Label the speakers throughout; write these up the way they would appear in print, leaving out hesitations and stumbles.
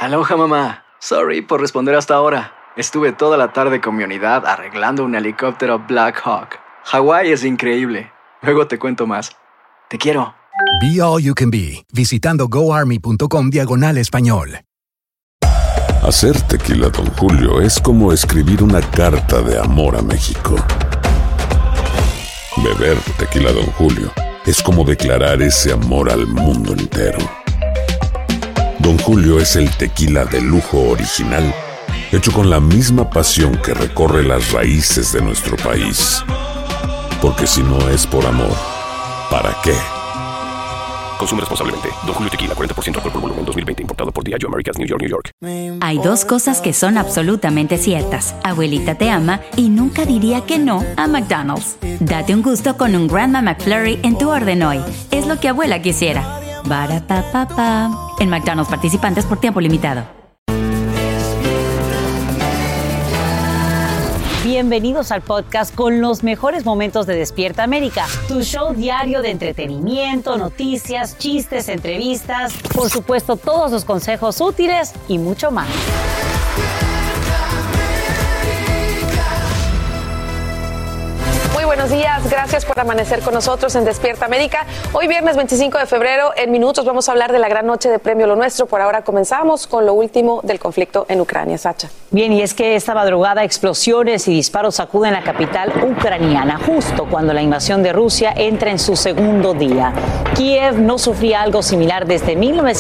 Speaker 1: Aloha, mamá. Sorry por responder hasta ahora. Estuve toda la tarde con mi unidad arreglando un helicóptero Black Hawk. Hawái es increíble. Luego te cuento más. Te quiero.
Speaker 2: Be All You Can Be, visitando goarmy.com/español.
Speaker 3: Hacer tequila Don Julio es como escribir una carta de amor a México. Beber tequila Don Julio es como declarar ese amor al mundo entero. Don Julio es el tequila de lujo original, hecho con la misma pasión que recorre las raíces de nuestro país. Porque si no es por amor, ¿para qué?
Speaker 4: Consume responsablemente. Don Julio Tequila, 40% alcohol por volumen, 2020. Importado por Diageo Americas, New York, New York.
Speaker 5: Hay dos cosas que son absolutamente ciertas. Abuelita te ama y nunca diría que no a McDonald's. Date un gusto con un Grandma McFlurry en tu orden hoy. Es lo que abuela quisiera. Barapapapa. En McDonald's participantes por tiempo limitado.
Speaker 6: Bienvenidos al podcast con los mejores momentos de Despierta América, tu show diario de entretenimiento, noticias, chistes, entrevistas, por supuesto todos los consejos útiles y mucho más.
Speaker 7: Muy buenos días, gracias por amanecer con nosotros en Despierta América. Hoy viernes 25 de febrero, en minutos vamos a hablar de la gran noche de Premio Lo Nuestro. Por ahora comenzamos con lo último del conflicto en Ucrania. Sacha.
Speaker 6: Bien, y es que esta madrugada explosiones y disparos sacuden la capital ucraniana, justo cuando la invasión de Rusia entra en su segundo día. Kiev no sufría algo similar desde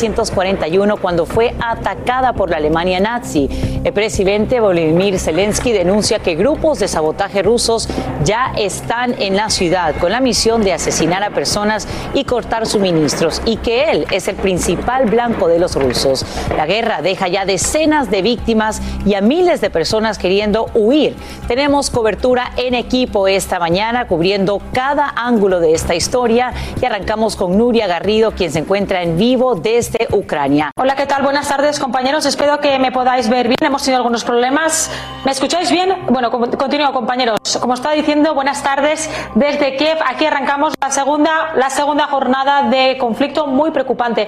Speaker 6: 1941, cuando fue atacada por la Alemania nazi. El presidente Volodymyr Zelensky denuncia que grupos de sabotaje rusos ya están en la ciudad con la misión de asesinar a personas y cortar suministros, y que él es el principal blanco de los rusos. La guerra deja ya decenas de víctimas y a miles de personas queriendo huir. Tenemos cobertura en equipo esta mañana cubriendo cada ángulo de esta historia y arrancamos con Nuria Garrido, quien se encuentra en vivo desde Ucrania.
Speaker 8: Hola, ¿qué tal? Buenas tardes, compañeros. Espero que me podáis ver bien. Hemos tenido algunos problemas. ¿Me escucháis bien? Bueno, continúo, compañeros. Como estaba diciendo, buenas tardes desde Kiev. Aquí arrancamos la segunda jornada de conflicto muy preocupante.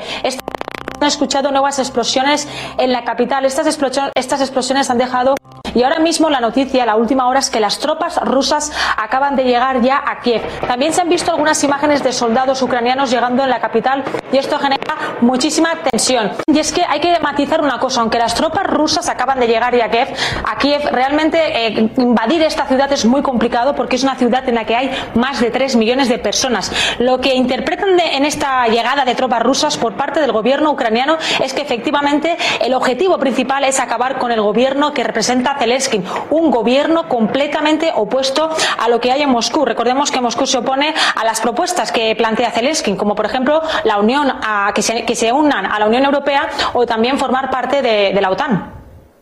Speaker 8: Han escuchado nuevas explosiones en la capital. Estas explosiones han dejado, y ahora mismo la noticia, la última hora, es que las tropas rusas acaban de llegar ya a Kiev. También se han visto algunas imágenes de soldados ucranianos llegando en la capital, y esto genera muchísima tensión. Y es que hay que matizar una cosa: aunque las tropas rusas acaban de llegar ya a Kiev, realmente invadir esta ciudad es muy complicado, porque es una ciudad en la que hay más de 3 millones de personas. Lo que interpretan en esta llegada de tropas rusas por parte del gobierno ucraniano es que efectivamente el objetivo principal es acabar con el gobierno que representa Zelensky, un gobierno completamente opuesto a lo que hay en Moscú. Recordemos que Moscú se opone a las propuestas que plantea Zelensky, como por ejemplo la unión, que se unan a la Unión Europea, o también formar parte de la OTAN.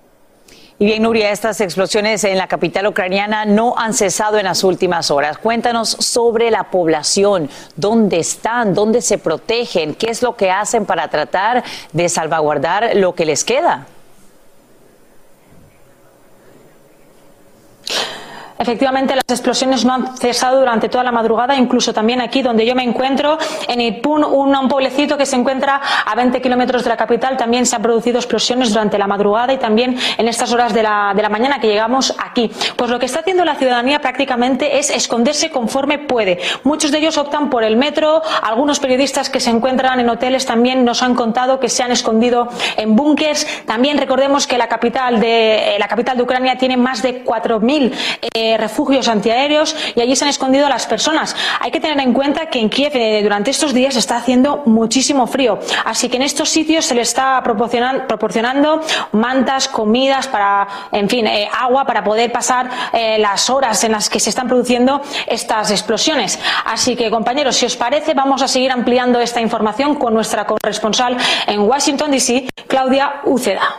Speaker 6: Y bien, Nuria, estas explosiones en la capital ucraniana no han cesado en las últimas horas. Cuéntanos sobre la población, dónde están, dónde se protegen, qué es lo que hacen para tratar de salvaguardar lo que les queda.
Speaker 8: Efectivamente, las explosiones no han cesado durante toda la madrugada, incluso también aquí donde yo me encuentro, en Irpin, un pueblecito que se encuentra a 20 kilómetros de la capital. También se han producido explosiones durante la madrugada y también en estas horas de la mañana que llegamos aquí. Pues lo que está haciendo la ciudadanía prácticamente es esconderse conforme puede. Muchos de ellos optan por el metro. Algunos periodistas que se encuentran en hoteles también nos han contado que se han escondido en búnkers. También recordemos que la capital de Ucrania tiene más de 4.000 refugios antiaéreos, y allí se han escondido a las personas. Hay que tener en cuenta que en Kiev durante estos días está haciendo muchísimo frío, así que en estos sitios se les está proporcionando mantas, comidas, agua para poder pasar las horas en las que se están produciendo estas explosiones. Así que, compañeros, si os parece, vamos a seguir ampliando esta información con nuestra corresponsal en Washington, D.C., Claudia Uceda.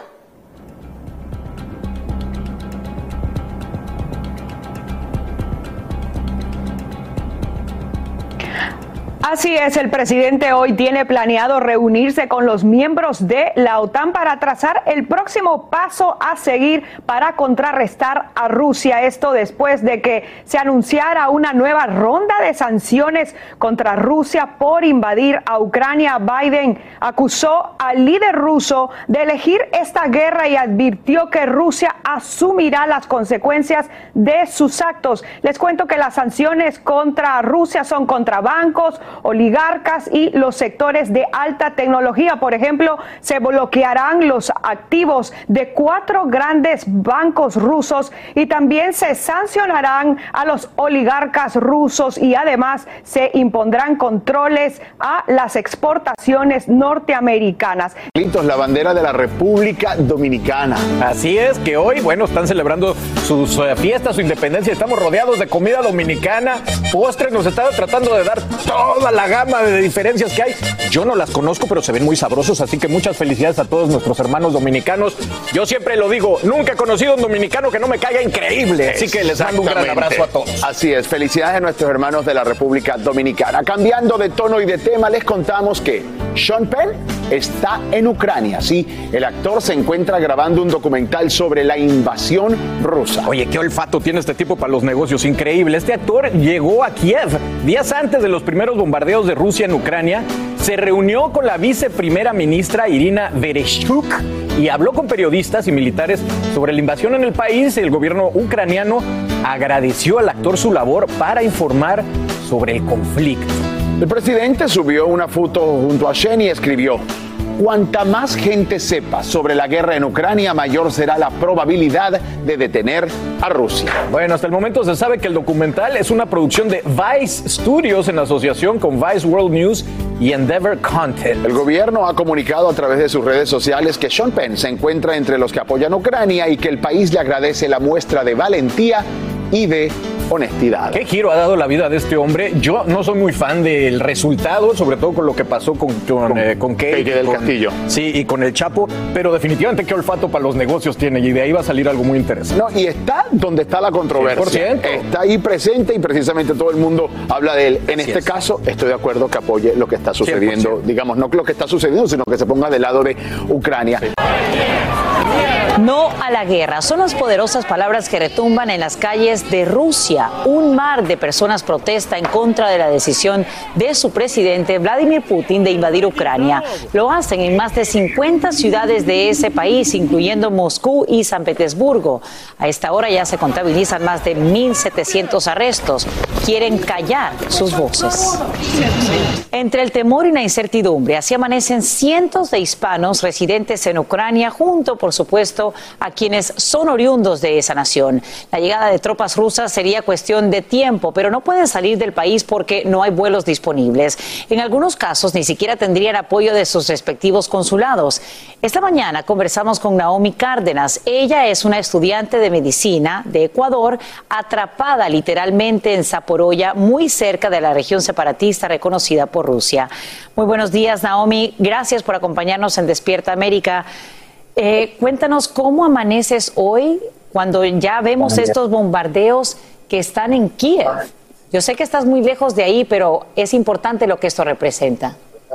Speaker 9: Así es, el presidente hoy tiene planeado reunirse con los miembros de la OTAN para trazar el próximo paso a seguir para contrarrestar a Rusia. Esto después de que se anunciara una nueva ronda de sanciones contra Rusia por invadir a Ucrania. Biden acusó al líder ruso de elegir esta guerra y advirtió que Rusia asumirá las consecuencias de sus actos. Les cuento que las sanciones contra Rusia son contra bancos, oligarcas y los sectores de alta tecnología. Por ejemplo, se bloquearán los activos de 4 grandes bancos rusos y también se sancionarán a los oligarcas rusos y además se impondrán controles a las exportaciones norteamericanas.
Speaker 10: La bandera de la República Dominicana.
Speaker 11: Así es, que hoy, están celebrando sus fiestas, su independencia. Estamos rodeados de comida dominicana, postres, nos están tratando de dar toda la gama de diferencias que hay. Yo no las conozco, pero se ven muy sabrosos, así que muchas felicidades a todos nuestros hermanos dominicanos. Yo siempre lo digo, nunca he conocido un dominicano que no me caiga increíble, así que les mando un gran abrazo a todos.
Speaker 10: Así es, felicidades a nuestros hermanos de la República Dominicana. Cambiando de tono y de tema, les contamos que Sean Penn está en Ucrania, sí. El actor se encuentra grabando un documental sobre la invasión rusa.
Speaker 11: Oye, qué olfato tiene este tipo para los negocios, increíble. Este actor llegó a Kiev días antes de los primeros bombardeos de Rusia en Ucrania, se reunió con la viceprimera ministra Irina Vereshchuk y habló con periodistas y militares sobre la invasión en el país. El gobierno ucraniano agradeció al actor su labor para informar sobre el conflicto.
Speaker 10: El presidente subió una foto junto a Shen y escribió: cuanta más gente sepa sobre la guerra en Ucrania, mayor será la probabilidad de detener a Rusia.
Speaker 11: Bueno, hasta el momento se sabe que el documental es una producción de Vice Studios en asociación con Vice World News y Endeavor Content.
Speaker 10: El gobierno ha comunicado a través de sus redes sociales que Sean Penn se encuentra entre los que apoyan a Ucrania y que el país le agradece la muestra de valentía y de honestidad.
Speaker 11: ¿Qué giro ha dado la vida de este hombre? Yo no soy muy fan del resultado, sobre todo con lo que pasó con Kate
Speaker 10: del Castillo.
Speaker 11: Sí, y con el Chapo, pero definitivamente qué olfato para los negocios tiene y de ahí va a salir algo muy interesante.
Speaker 10: No, y está donde está la controversia.
Speaker 11: 100%.
Speaker 10: Está ahí presente y precisamente todo el mundo habla de él. En este caso, estoy de acuerdo que apoye lo que está sucediendo, 100%. Digamos, no lo que está sucediendo, sino que se ponga del lado de Ucrania. Sí.
Speaker 6: No a la guerra. Son las poderosas palabras que retumban en las calles de Rusia. Un mar de personas protesta en contra de la decisión de su presidente Vladimir Putin de invadir Ucrania. Lo hacen en más de 50 ciudades de ese país, incluyendo Moscú y San Petersburgo. A esta hora ya se contabilizan más de 1.700 arrestos. Quieren callar sus voces. Entre el temor y la incertidumbre, así amanecen cientos de hispanos residentes en Ucrania, junto, por supuesto, a quienes son oriundos de esa nación. La llegada de tropas rusas sería cuestión de tiempo, pero no pueden salir del país porque no hay vuelos disponibles. En algunos casos ni siquiera tendrían apoyo de sus respectivos consulados. Esta mañana conversamos con Naomi Cárdenas. Ella es una estudiante de medicina de Ecuador, atrapada literalmente en Zaporoya, muy cerca de la región separatista reconocida por Rusia. Muy buenos días, Naomi. Gracias por acompañarnos en Despierta América. Cuéntanos cómo amaneces hoy cuando ya vemos estos bombardeos que están en Kiev. Yo sé que estás muy lejos de ahí, pero es importante lo que esto representa.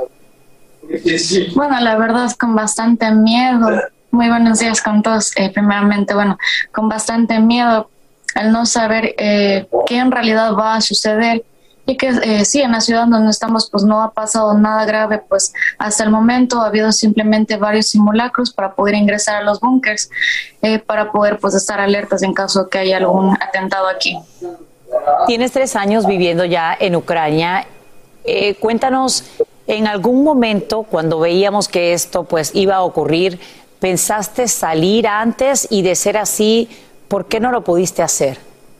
Speaker 12: Bueno, la verdad es con bastante miedo. Muy buenos días con todos. Primeramente, con bastante miedo al no saber qué en realidad va a suceder. Y que sí, en la ciudad donde estamos pues no ha pasado nada grave, pues hasta el momento ha habido simplemente varios simulacros para poder ingresar a los búnkers, para poder pues estar alertas en caso de que haya algún atentado aquí.
Speaker 6: Tienes 3 años viviendo ya en Ucrania. Cuéntanos, en algún momento cuando veíamos que esto pues iba a ocurrir, ¿pensaste salir antes? Y de ser así, ¿por qué no lo pudiste hacer?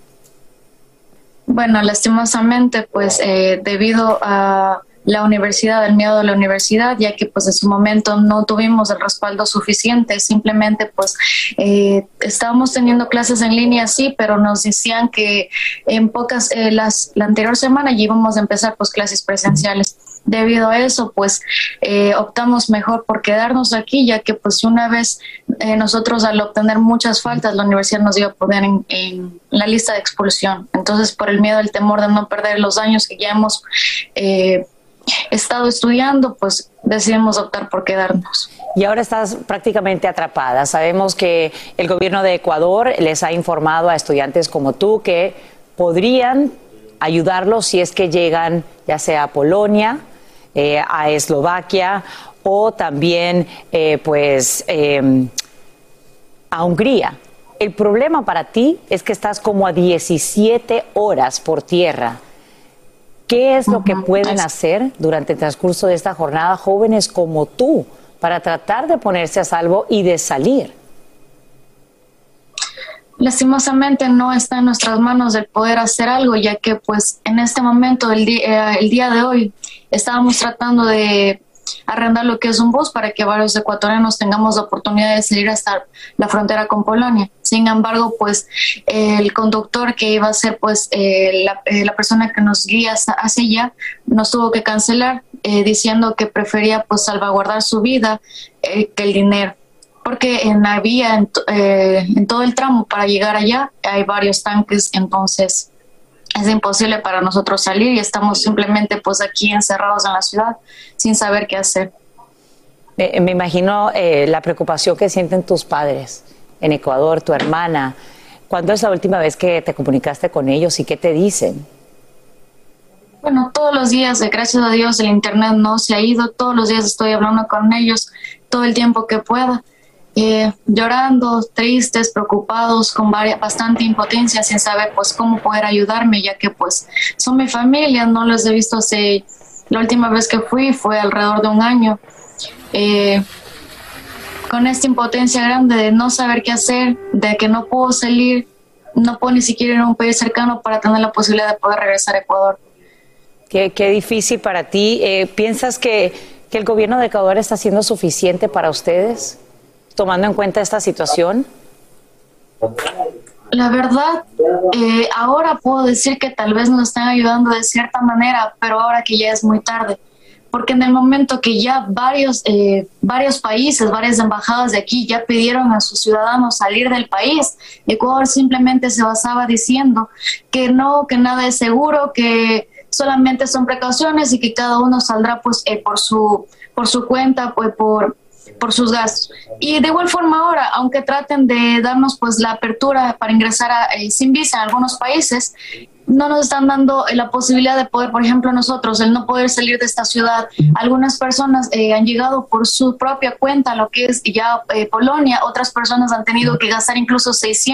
Speaker 12: Bueno, lastimosamente, pues debido a la universidad, el miedo de la universidad, ya que pues en su momento no tuvimos el respaldo suficiente, simplemente pues estábamos teniendo clases en línea, sí, pero nos decían que en la anterior semana ya íbamos a empezar pues clases presenciales. Debido a eso, pues optamos mejor por quedarnos aquí, ya que pues una vez nosotros al obtener muchas faltas, la universidad nos iba a poner en la lista de expulsión. Entonces, por el miedo, el temor de no perder los años que ya hemos estado estudiando, pues decidimos optar por quedarnos.
Speaker 6: Y ahora estás prácticamente atrapada. Sabemos que el gobierno de Ecuador les ha informado a estudiantes como tú que podrían ayudarlos si es que llegan ya sea a Polonia, a Eslovaquia o también a Hungría. El problema para ti es que estás como a 17 horas por tierra. ¿Qué es lo que pueden hacer durante el transcurso de esta jornada jóvenes como tú para tratar de ponerse a salvo y de salir?
Speaker 12: Lastimosamente no está en nuestras manos el poder hacer algo, ya que pues en este momento, el día de hoy, estábamos tratando de arrendar lo que es un bus para que varios ecuatorianos tengamos la oportunidad de salir hasta la frontera con Polonia. Sin embargo, pues el conductor que iba a ser pues la persona que nos guía hacia allá nos tuvo que cancelar diciendo que prefería pues salvaguardar su vida que el dinero, porque en la vía, en todo el tramo para llegar allá hay varios tanques, entonces es imposible para nosotros salir y estamos simplemente pues aquí encerrados en la ciudad sin saber qué hacer.
Speaker 6: Me imagino la preocupación que sienten tus padres en Ecuador, tu hermana. ¿Cuándo es la última vez que te comunicaste con ellos y qué te dicen?
Speaker 12: Bueno, todos los días, gracias a Dios, el internet no se ha ido. Todos los días estoy hablando con ellos todo el tiempo que pueda. Llorando, tristes, preocupados, con bastante impotencia, sin saber pues cómo poder ayudarme, ya que pues son mi familia, no los he visto la última vez que fue alrededor de un año, con esta impotencia grande de no saber qué hacer, de que no puedo salir, no puedo ni siquiera ir a un país cercano para tener la posibilidad de poder regresar a Ecuador.
Speaker 6: Qué difícil para ti. ¿Piensas que el gobierno de Ecuador está haciendo suficiente para ustedes, tomando en cuenta esta situación?
Speaker 12: La verdad, ahora puedo decir que tal vez nos están ayudando de cierta manera, pero ahora que ya es muy tarde, porque en el momento que ya varios países, varias embajadas de aquí ya pidieron a sus ciudadanos salir del país, Ecuador simplemente se basaba diciendo que no, que nada es seguro, que solamente son precauciones y que cada uno saldrá pues por su cuenta, pues por sus gastos. Y de igual forma ahora, aunque traten de darnos pues la apertura para ingresar sin visa en algunos países, no nos están dando la posibilidad de poder, por ejemplo, nosotros, el no poder salir de esta ciudad. Algunas personas han llegado por su propia cuenta a lo que es ya Polonia, otras personas han tenido que gastar incluso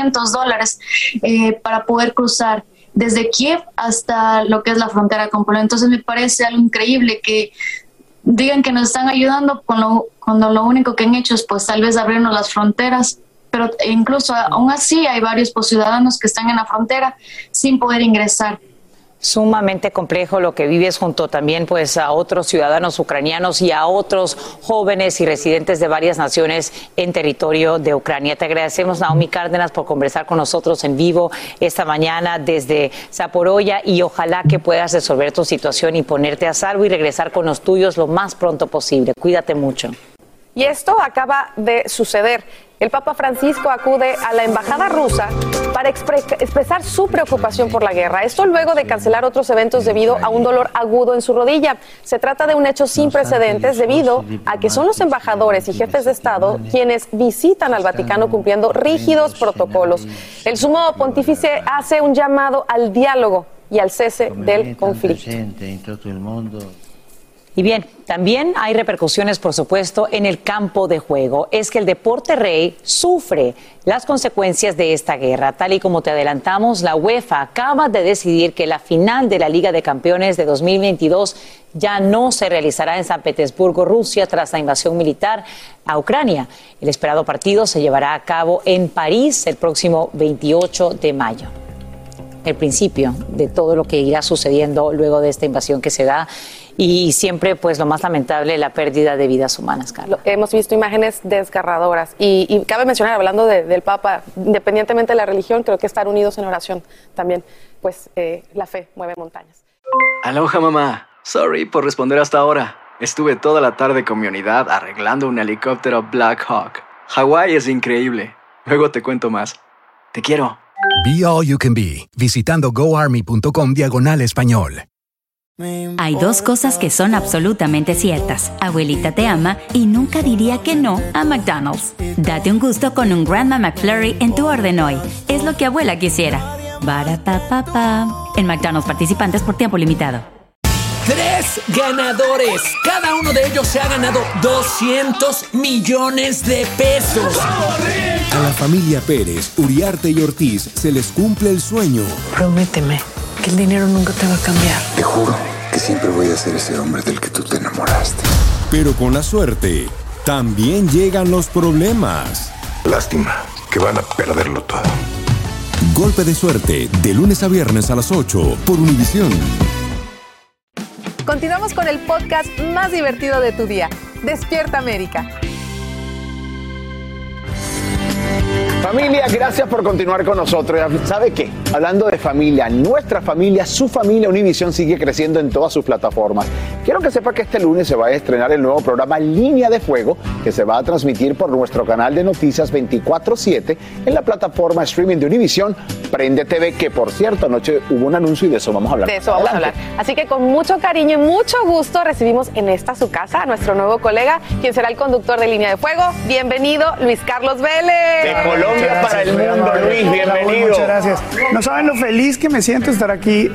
Speaker 12: $600 para poder cruzar desde Kiev hasta lo que es la frontera con Polonia. Entonces me parece algo increíble que digan que nos están ayudando cuando lo único que han hecho es pues tal vez abrirnos las fronteras, pero incluso aún así hay varios pues, ciudadanos que están en la frontera sin poder ingresar.
Speaker 6: Sumamente complejo lo que vives junto también pues a otros ciudadanos ucranianos y a otros jóvenes y residentes de varias naciones en territorio de Ucrania. Te agradecemos, Naomi Cárdenas, por conversar con nosotros en vivo esta mañana desde Zaporozhye y ojalá que puedas resolver tu situación y ponerte a salvo y regresar con los tuyos lo más pronto posible. Cuídate mucho.
Speaker 7: Y esto acaba de suceder. El Papa Francisco acude a la embajada rusa para expresar su preocupación por la guerra. Esto luego de cancelar otros eventos debido a un dolor agudo en su rodilla. Se trata de un hecho sin precedentes debido a que son los embajadores y jefes de Estado quienes visitan al Vaticano cumpliendo rígidos protocolos. El sumo pontífice hace un llamado al diálogo y al cese del conflicto.
Speaker 6: Y bien, también hay repercusiones, por supuesto, en el campo de juego. Es que el deporte rey sufre las consecuencias de esta guerra. Tal y como te adelantamos, la UEFA acaba de decidir que la final de la Liga de Campeones de 2022 ya no se realizará en San Petersburgo, Rusia, tras la invasión militar a Ucrania. El esperado partido se llevará a cabo en París el próximo 28 de mayo. El principio de todo lo que irá sucediendo luego de esta invasión que se da. Y siempre, pues, lo más lamentable, la pérdida de vidas humanas, Carla.
Speaker 7: Hemos visto imágenes desgarradoras. Y cabe mencionar, hablando del Papa, independientemente de la religión, creo que estar unidos en oración también, pues, la fe mueve montañas.
Speaker 1: Aloha, mamá. Sorry por responder hasta ahora. Estuve toda la tarde con mi unidad arreglando un helicóptero Black Hawk. Hawái es increíble. Luego te cuento más. Te quiero.
Speaker 2: Be All You Can Be, visitando goarmy.com/español.
Speaker 5: Hay dos cosas que son absolutamente ciertas. Abuelita te ama y nunca diría que no a McDonald's. Date un gusto con un Grandma McFlurry en tu orden hoy. Es lo que abuela quisiera. Barapapapa. En McDonald's participantes por tiempo limitado.
Speaker 13: 3 ganadores. Cada uno de ellos se ha ganado 200 millones de pesos.
Speaker 14: A la familia Pérez, Uriarte y Ortiz se les cumple el sueño.
Speaker 15: Prométeme que el dinero nunca te va a cambiar.
Speaker 16: Te juro que siempre voy a ser ese hombre del que tú te enamoraste.
Speaker 14: Pero con la suerte, también llegan los problemas.
Speaker 16: Lástima que van a perderlo todo.
Speaker 14: Golpe de suerte, de lunes a viernes a las 8 por Univisión.
Speaker 7: Continuamos con el podcast más divertido de tu día, Despierta América.
Speaker 10: Familia, gracias por continuar con nosotros. ¿Sabe qué? Hablando de familia, nuestra familia, su familia Univisión sigue creciendo en todas sus plataformas. Quiero que sepa que este lunes se va a estrenar el nuevo programa Línea de Fuego, que se va a transmitir por nuestro canal de noticias 24/7 en la plataforma streaming de Univisión Prende TV, que por cierto anoche hubo un anuncio y de eso vamos a hablar.
Speaker 7: De eso vamos a hablar. Así que con mucho cariño y mucho gusto recibimos en esta su casa a nuestro nuevo colega, quien será el conductor de Línea de Fuego. Bienvenido, Luis Carlos Vélez.
Speaker 10: De Colombia para el mundo, Luis, bienvenido.
Speaker 17: Muchas gracias. No saben lo feliz que me siento estar aquí,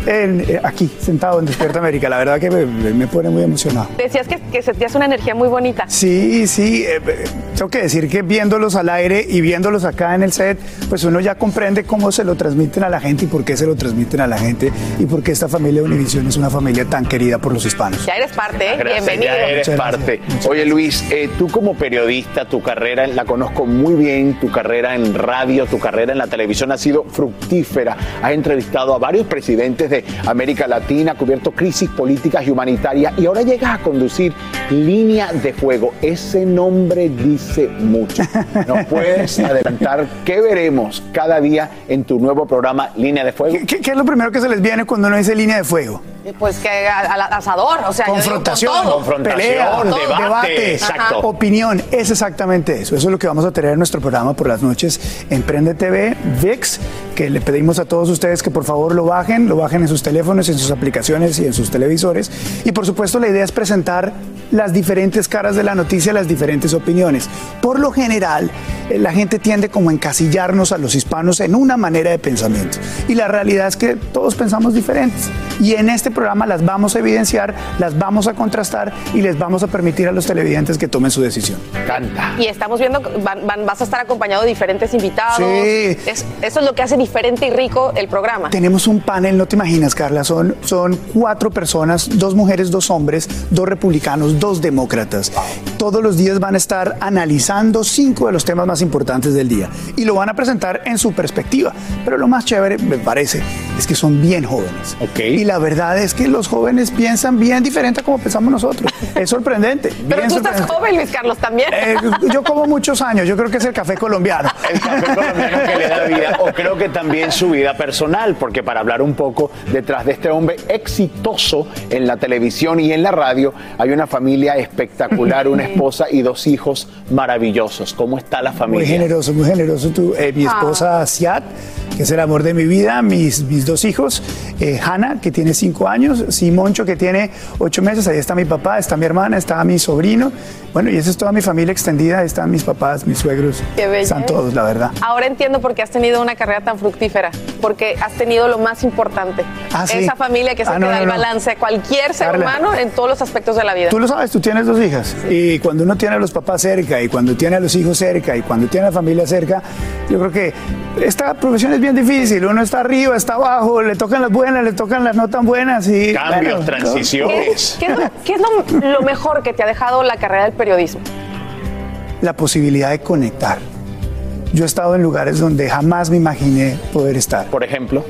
Speaker 17: sentado en Despierta América. La verdad que me pone muy emocionado.
Speaker 7: Decías que sentías una energía muy bonita.
Speaker 17: Sí, tengo que decir que viéndolos al aire y viéndolos acá en el set, pues uno ya comprende cómo se lo transmiten a la gente y por qué se lo transmiten a la gente y por qué esta familia de Univisión es una familia tan querida por los hispanos.
Speaker 7: Ya eres parte, ¿eh?
Speaker 10: Gracias,
Speaker 7: Bienvenido.
Speaker 10: ya eres parte. Oye, Luis, tú como periodista, tu carrera la conozco muy bien, tu carrera en radio, tu carrera en la televisión ha sido fructífera. Has entrevistado a varios presidentes de América Latina, cubierto crisis políticas y humanitarias y ahora llegas a conducir Línea de Fuego. Ese nombre dice mucho. ¿Nos puedes adelantar qué veremos cada día en tu nuevo programa Línea de Fuego?
Speaker 17: ¿Qué es lo primero que se les viene cuando uno dice Línea de Fuego?
Speaker 7: Pues que al asador, o sea,
Speaker 17: confrontación,
Speaker 10: pelea,
Speaker 17: debate,
Speaker 10: exacto.
Speaker 17: Opinión, es exactamente eso. Eso es lo que vamos a tener en nuestro programa por las noches en Prende TV, VIX, que le pedimos a todos ustedes que por favor lo bajen en sus teléfonos, en sus aplicaciones y en sus televisores. Y por supuesto la idea es presentar las diferentes caras de la noticia, las diferentes opiniones. Por lo general, la gente tiende como a encasillarnos a los hispanos en una manera de pensamiento. Y la realidad es que todos pensamos diferentes. Y en este programa las vamos a evidenciar, las vamos a contrastar y les vamos a permitir a los televidentes que tomen su decisión.
Speaker 10: Canta.
Speaker 7: Y estamos viendo, vas a estar acompañado de diferentes invitados.
Speaker 17: Sí.
Speaker 7: Eso es lo que hace diferente y rico el programa.
Speaker 17: Tenemos un panel, no te imaginas, Carla, son 4 personas, 2 mujeres, 2 hombres, 2 republicanos, 2 demócratas. Todos los días van a estar analizando 5 de los temas más importantes del día y lo van a presentar en su perspectiva. Pero lo más chévere, me parece, es que son bien jóvenes.
Speaker 10: Okay.
Speaker 17: Y la verdad es que los jóvenes piensan bien diferente a como pensamos nosotros. Es sorprendente.
Speaker 7: Pero tú estás joven, Luis Carlos, también.
Speaker 17: Yo como muchos años, yo creo que es el café colombiano.
Speaker 10: El café colombiano que le da vida, o creo que también su vida personal, porque para hablar un poco detrás de este hombre exitoso en la televisión y en la radio, hay una familia espectacular, una esposa y 2 hijos maravillosos. ¿Cómo está la familia?
Speaker 17: Muy generoso tú. Mi esposa Siad, que es el amor de mi vida, mis 2 hijos, Hannah, que tiene 5 años, Simoncho, que tiene 8 meses, ahí está mi papá, está mi hermana, está mi sobrino, bueno, y esa es toda mi familia extendida, ahí están mis papás, mis suegros, están todos, la verdad.
Speaker 7: Ahora entiendo por qué has tenido una carrera tan fructífera, porque has tenido lo más importante,
Speaker 17: ¿sí?
Speaker 7: Esa familia que se queda el balance a cualquier ser humano en todos los aspectos de la vida.
Speaker 17: Tú lo sabes, tú tienes 2 hijas, y cuando uno tiene a los papás cerca, y cuando tiene a los hijos cerca, y cuando tiene a la familia cerca, yo creo que esta profesión es bien difícil, uno está arriba, está abajo, le tocan las buenas, le tocan las no tan buenas y
Speaker 10: cambios, transiciones.
Speaker 7: ¿Qué es lo mejor que te ha dejado la carrera del periodismo?
Speaker 17: La posibilidad de conectar. Yo he estado en lugares donde jamás me imaginé poder estar.
Speaker 10: Por ejemplo,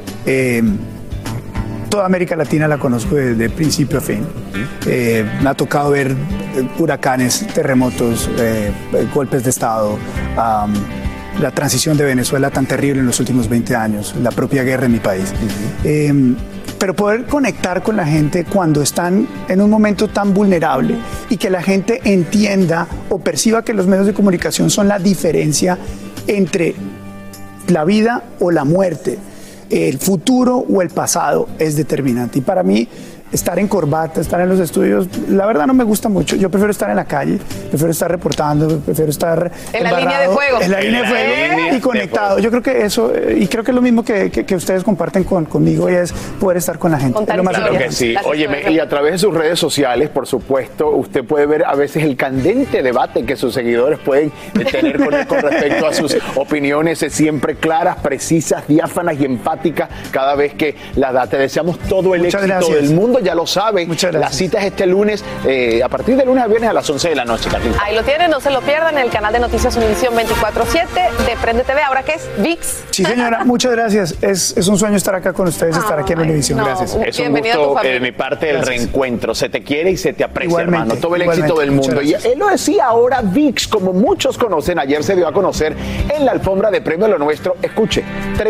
Speaker 17: toda América Latina la conozco de principio a fin. Me ha tocado ver huracanes, terremotos, golpes de estado, la transición de Venezuela tan terrible en los últimos 20 años, la propia guerra en mi país. Pero poder conectar con la gente cuando están en un momento tan vulnerable y que la gente entienda o perciba que los medios de comunicación son la diferencia entre la vida o la muerte, el futuro o el pasado, es determinante. Y para mí, estar en corbata, estar en los estudios, la verdad no me gusta mucho. Yo prefiero estar en la calle, prefiero estar reportando, prefiero estar
Speaker 7: en la línea de fuego.
Speaker 17: En la línea de fuego y conectado. Yo creo que eso, y creo que es lo mismo que ustedes comparten conmigo, y es poder estar con la gente.
Speaker 10: Claro que sí. Óyeme, y a través de sus redes sociales, por supuesto, usted puede ver a veces el candente debate que sus seguidores pueden tener con respecto a sus opiniones siempre claras, precisas, diáfanas y empáticas cada vez que las da. Te deseamos todo el éxito del mundo, ya lo sabe. La cita es este lunes, a partir de lunes a viernes a las 11 de la noche, Carlita.
Speaker 7: Ahí lo tienen, no se lo pierdan, en el canal de Noticias Univisión 24/7 de Prende TV. ¿Ahora qué es? ViX.
Speaker 17: Sí, señora, muchas gracias. Es un sueño estar acá con ustedes, estar aquí en Univisión. Gracias.
Speaker 10: Es un gusto de mi parte del reencuentro. Se te quiere y se te aprecia, hermano. Todo el éxito del mundo. Y él lo decía ahora, ViX, como muchos conocen, ayer se dio a conocer en la alfombra de Premio Lo Nuestro. Escuche,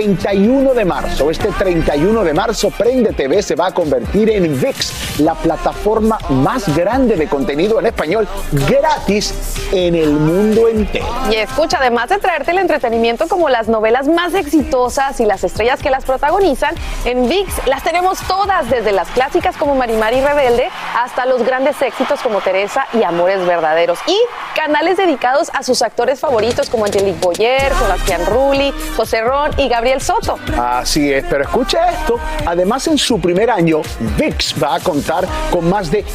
Speaker 10: 31 de marzo, este 31 de marzo, Prende TV se va a convertir en ViX, la plataforma más grande de contenido en español gratis en el mundo entero.
Speaker 7: Y escucha, además de traerte el entretenimiento como las novelas más exitosas y las estrellas que las protagonizan, en ViX las tenemos todas, desde las clásicas como Marimar y Rebelde hasta los grandes éxitos como Teresa y Amores Verdaderos, y canales dedicados a sus actores favoritos como Angelique Boyer, Sebastián Rulli, José Ron y Gabriel Soto.
Speaker 10: Así es, pero escuche esto, además en su primer año, ViX va a contar con más de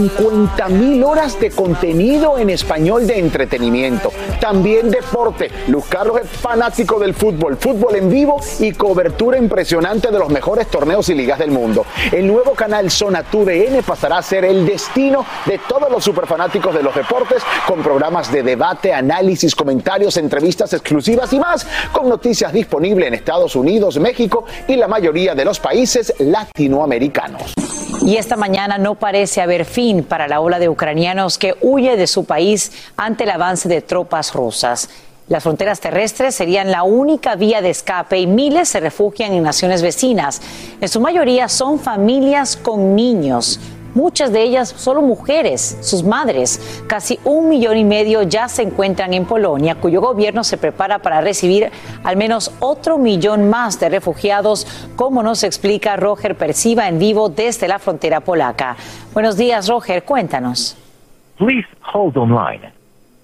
Speaker 10: 50,000 horas de contenido en español de entretenimiento, también deporte. Luz Carlos es fanático del fútbol en vivo y cobertura impresionante de los mejores torneos y ligas del mundo. El nuevo canal Zona TUDN pasará a ser el destino de todos los superfanáticos de los deportes, con programas de debate, análisis, comentarios, entrevistas exclusivas y más, con noticias disponibles en Estados Unidos, México y la mayoría de los países latinoamericanos.
Speaker 6: Y esta mañana no parece haber fin para la ola de ucranianos que huye de su país ante el avance de tropas rusas. Las fronteras terrestres serían la única vía de escape y miles se refugian en naciones vecinas. En su mayoría son familias con niños. Muchas de ellas solo mujeres, sus madres. Casi 1,5 millones ya se encuentran en Polonia, cuyo gobierno se prepara para recibir al menos otro 1 millón más de refugiados, como nos explica Roger Persiva en vivo desde la frontera polaca. Buenos días, Roger, cuéntanos.
Speaker 18: Please hold online.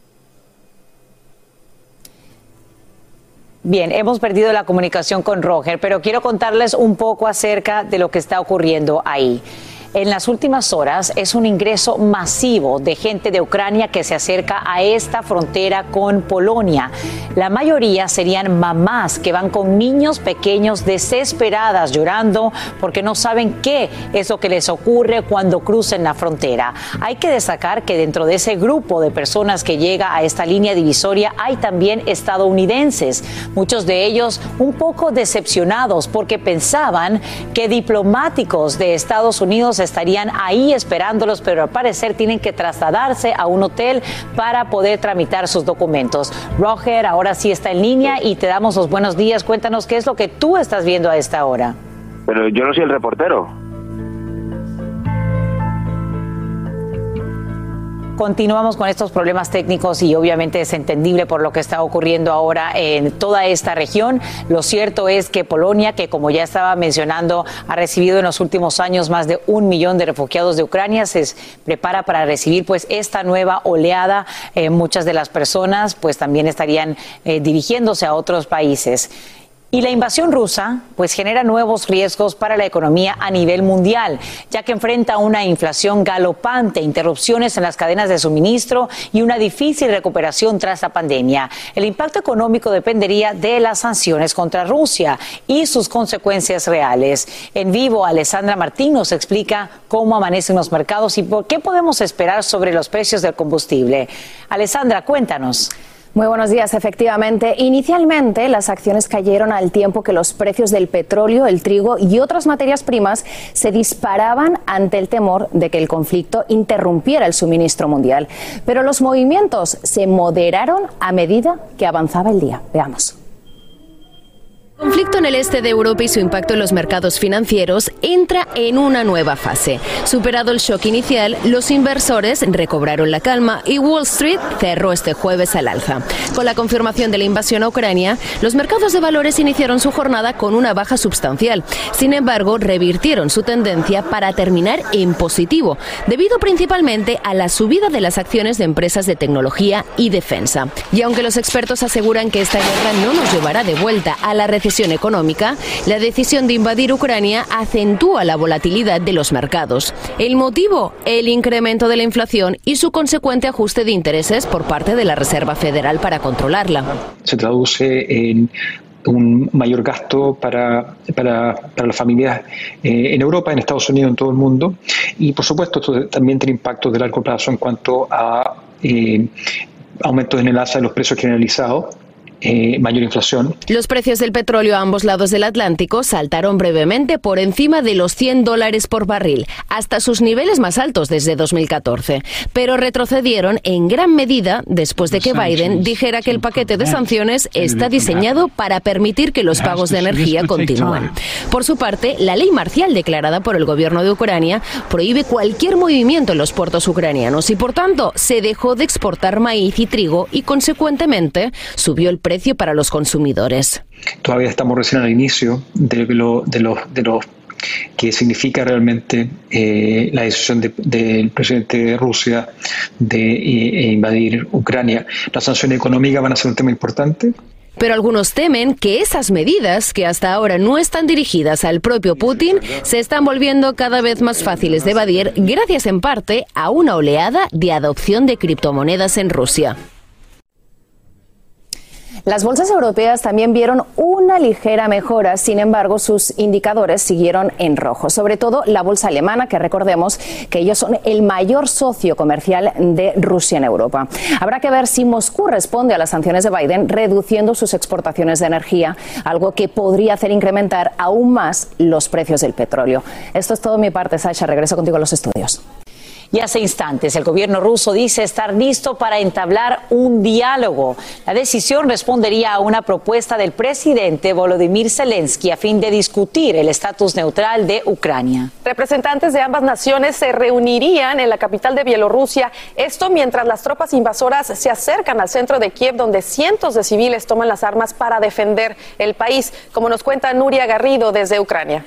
Speaker 6: Bien, hemos perdido la comunicación con Roger, pero quiero contarles un poco acerca de lo que está ocurriendo ahí. En las últimas horas es un ingreso masivo de gente de Ucrania que se acerca a esta frontera con Polonia. La mayoría serían mamás que van con niños pequeños desesperadas, llorando porque no saben qué es lo que les ocurre cuando crucen la frontera. Hay que destacar que dentro de ese grupo de personas que llega a esta línea divisoria hay también estadounidenses, muchos de ellos un poco decepcionados porque pensaban que diplomáticos de Estados Unidos estarían ahí esperándolos, pero al parecer tienen que trasladarse a un hotel para poder tramitar sus documentos. Roger, ahora sí está en línea y te damos los buenos días. Cuéntanos qué es lo que tú estás viendo a esta hora.
Speaker 18: Pero yo no soy el reportero.
Speaker 6: Continuamos con estos problemas técnicos y obviamente es entendible por lo que está ocurriendo ahora en toda esta región. Lo cierto es que Polonia, que como ya estaba mencionando, ha recibido en los últimos años más de 1 millón de refugiados de Ucrania, se prepara para recibir pues esta nueva oleada. Muchas de las personas pues también estarían dirigiéndose a otros países. Y la invasión rusa pues genera nuevos riesgos para la economía a nivel mundial, ya que enfrenta una inflación galopante, interrupciones en las cadenas de suministro y una difícil recuperación tras la pandemia. El impacto económico dependería de las sanciones contra Rusia y sus consecuencias reales. En vivo, Alessandra Martín nos explica cómo amanecen los mercados y por qué podemos esperar sobre los precios del combustible. Alessandra, cuéntanos.
Speaker 19: Muy buenos días. Efectivamente, inicialmente las acciones cayeron al tiempo que los precios del petróleo, el trigo y otras materias primas se disparaban ante el temor de que el conflicto interrumpiera el suministro mundial. Pero los movimientos se moderaron a medida que avanzaba el día. Veamos.
Speaker 20: El conflicto en el este de Europa y su impacto en los mercados financieros entra en una nueva fase. Superado el shock inicial, los inversores recobraron la calma y Wall Street cerró este jueves al alza. Con la confirmación de la invasión a Ucrania, los mercados de valores iniciaron su jornada con una baja sustancial. Sin embargo, revirtieron su tendencia para terminar en positivo, debido principalmente a la subida de las acciones de empresas de tecnología y defensa. Y aunque los expertos aseguran que esta guerra no nos llevará de vuelta a la recesión económica, la decisión de invadir Ucrania acentúa la volatilidad de los mercados. ¿El motivo? El incremento de la inflación y su consecuente ajuste de intereses por parte de la Reserva Federal para controlarla.
Speaker 21: Se traduce en un mayor gasto para las familias en Europa, en Estados Unidos, en todo el mundo. Y por supuesto esto también tiene impactos de largo plazo en cuanto a aumentos en el alza de los precios generalizados. Mayor inflación.
Speaker 20: Los precios del petróleo a ambos lados del Atlántico saltaron brevemente por encima de los $100 por barril, hasta sus niveles más altos desde 2014, pero retrocedieron en gran medida después de que Biden dijera que el paquete de sanciones está diseñado para permitir que los pagos de energía continúen. Por su parte, la ley marcial declarada por el gobierno de Ucrania prohíbe cualquier movimiento en los puertos ucranianos y, por tanto, se dejó de exportar maíz y trigo y, consecuentemente, subió el precio para los consumidores.
Speaker 21: Todavía estamos recién al inicio de lo que significa realmente la decisión del presidente de Rusia de invadir Ucrania. Las sanciones económicas van a ser un tema importante.
Speaker 20: Pero algunos temen que esas medidas, que hasta ahora no están dirigidas al propio Putin, se están volviendo cada vez más fáciles de evadir gracias en parte a una oleada de adopción de criptomonedas en Rusia.
Speaker 19: Las bolsas europeas también vieron una ligera mejora, sin embargo, sus indicadores siguieron en rojo, sobre todo la bolsa alemana, que recordemos que ellos son el mayor socio comercial de Rusia en Europa. Habrá que ver si Moscú responde a las sanciones de Biden, reduciendo sus exportaciones de energía, algo que podría hacer incrementar aún más los precios del petróleo. Esto es todo de mi parte, Sasha. Regreso contigo a los estudios.
Speaker 6: Y hace instantes el gobierno ruso dice estar listo para entablar un diálogo. La decisión respondería a una propuesta del presidente Volodymyr Zelensky a fin de discutir el estatus neutral de Ucrania.
Speaker 7: Representantes de ambas naciones se reunirían en la capital de Bielorrusia, esto mientras las tropas invasoras se acercan al centro de Kiev, donde cientos de civiles toman las armas para defender el país, como nos cuenta Nuria Garrido desde Ucrania.